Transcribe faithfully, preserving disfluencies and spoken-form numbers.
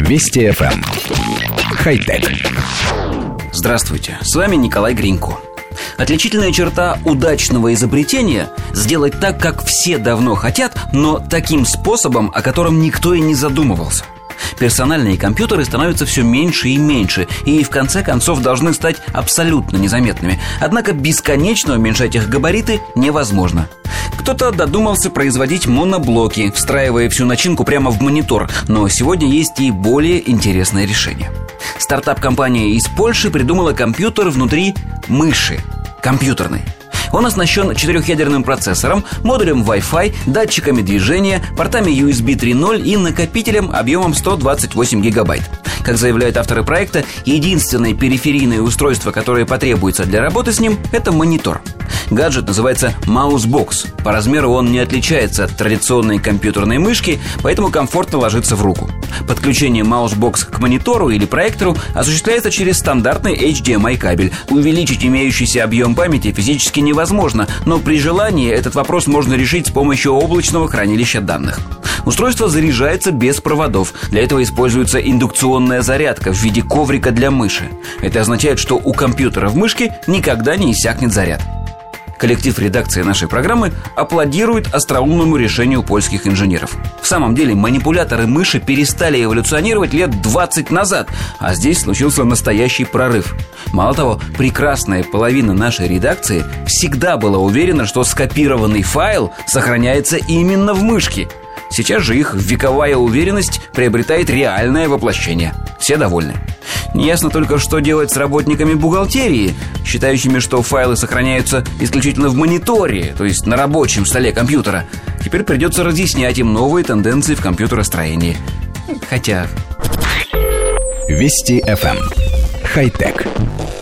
Вести эф эм. Хай-тек. Здравствуйте, с вами Николай Гринько. Отличительная черта удачного изобретения – сделать так, как все давно хотят, но таким способом, о котором никто и не задумывался. Персональные компьютеры становятся все меньше и меньше, и в конце концов должны стать абсолютно незаметными. Однако бесконечно уменьшать их габариты невозможно. Кто-то додумался производить моноблоки, встраивая всю начинку прямо в монитор, но сегодня есть и более интересное решение. Стартап-компания из Польши придумала компьютер внутри мыши, компьютерной. Он оснащен четырехъядерным процессором, модулем Wi-Fi, датчиками движения, портами ю эс би три ноль и накопителем объемом сто двадцать восемь гигабайт. Как заявляют авторы проекта, единственное периферийное устройство, которое потребуется для работы с ним, это монитор. Гаджет называется маусбокс. По размеру он не отличается от традиционной компьютерной мышки, поэтому комфортно ложится в руку. Подключение маусбокс к монитору или проектору осуществляется через стандартный эйч ди эм ай кабель. Увеличить имеющийся объем памяти физически невозможно, но при желании этот вопрос можно решить с помощью облачного хранилища данных. Устройство заряжается без проводов. Для этого используется индукционная зарядка в виде коврика для мыши. Это означает, что у компьютера в мышке никогда не иссякнет заряд. Коллектив редакции нашей программы аплодирует остроумному решению польских инженеров. В самом деле, манипуляторы мыши перестали эволюционировать лет двадцать назад, а здесь случился настоящий прорыв. Мало того, прекрасная половина нашей редакции всегда была уверена, что скопированный файл сохраняется именно в мышке. Сейчас же их вековая уверенность приобретает реальное воплощение. Все довольны. Неясно только, что делать с работниками бухгалтерии, считающими, что файлы сохраняются исключительно в мониторе, то есть на рабочем столе компьютера. Теперь придется разъяснять им новые тенденции в компьютеростроении. Хотя... Вести эф эм. Хай-тек.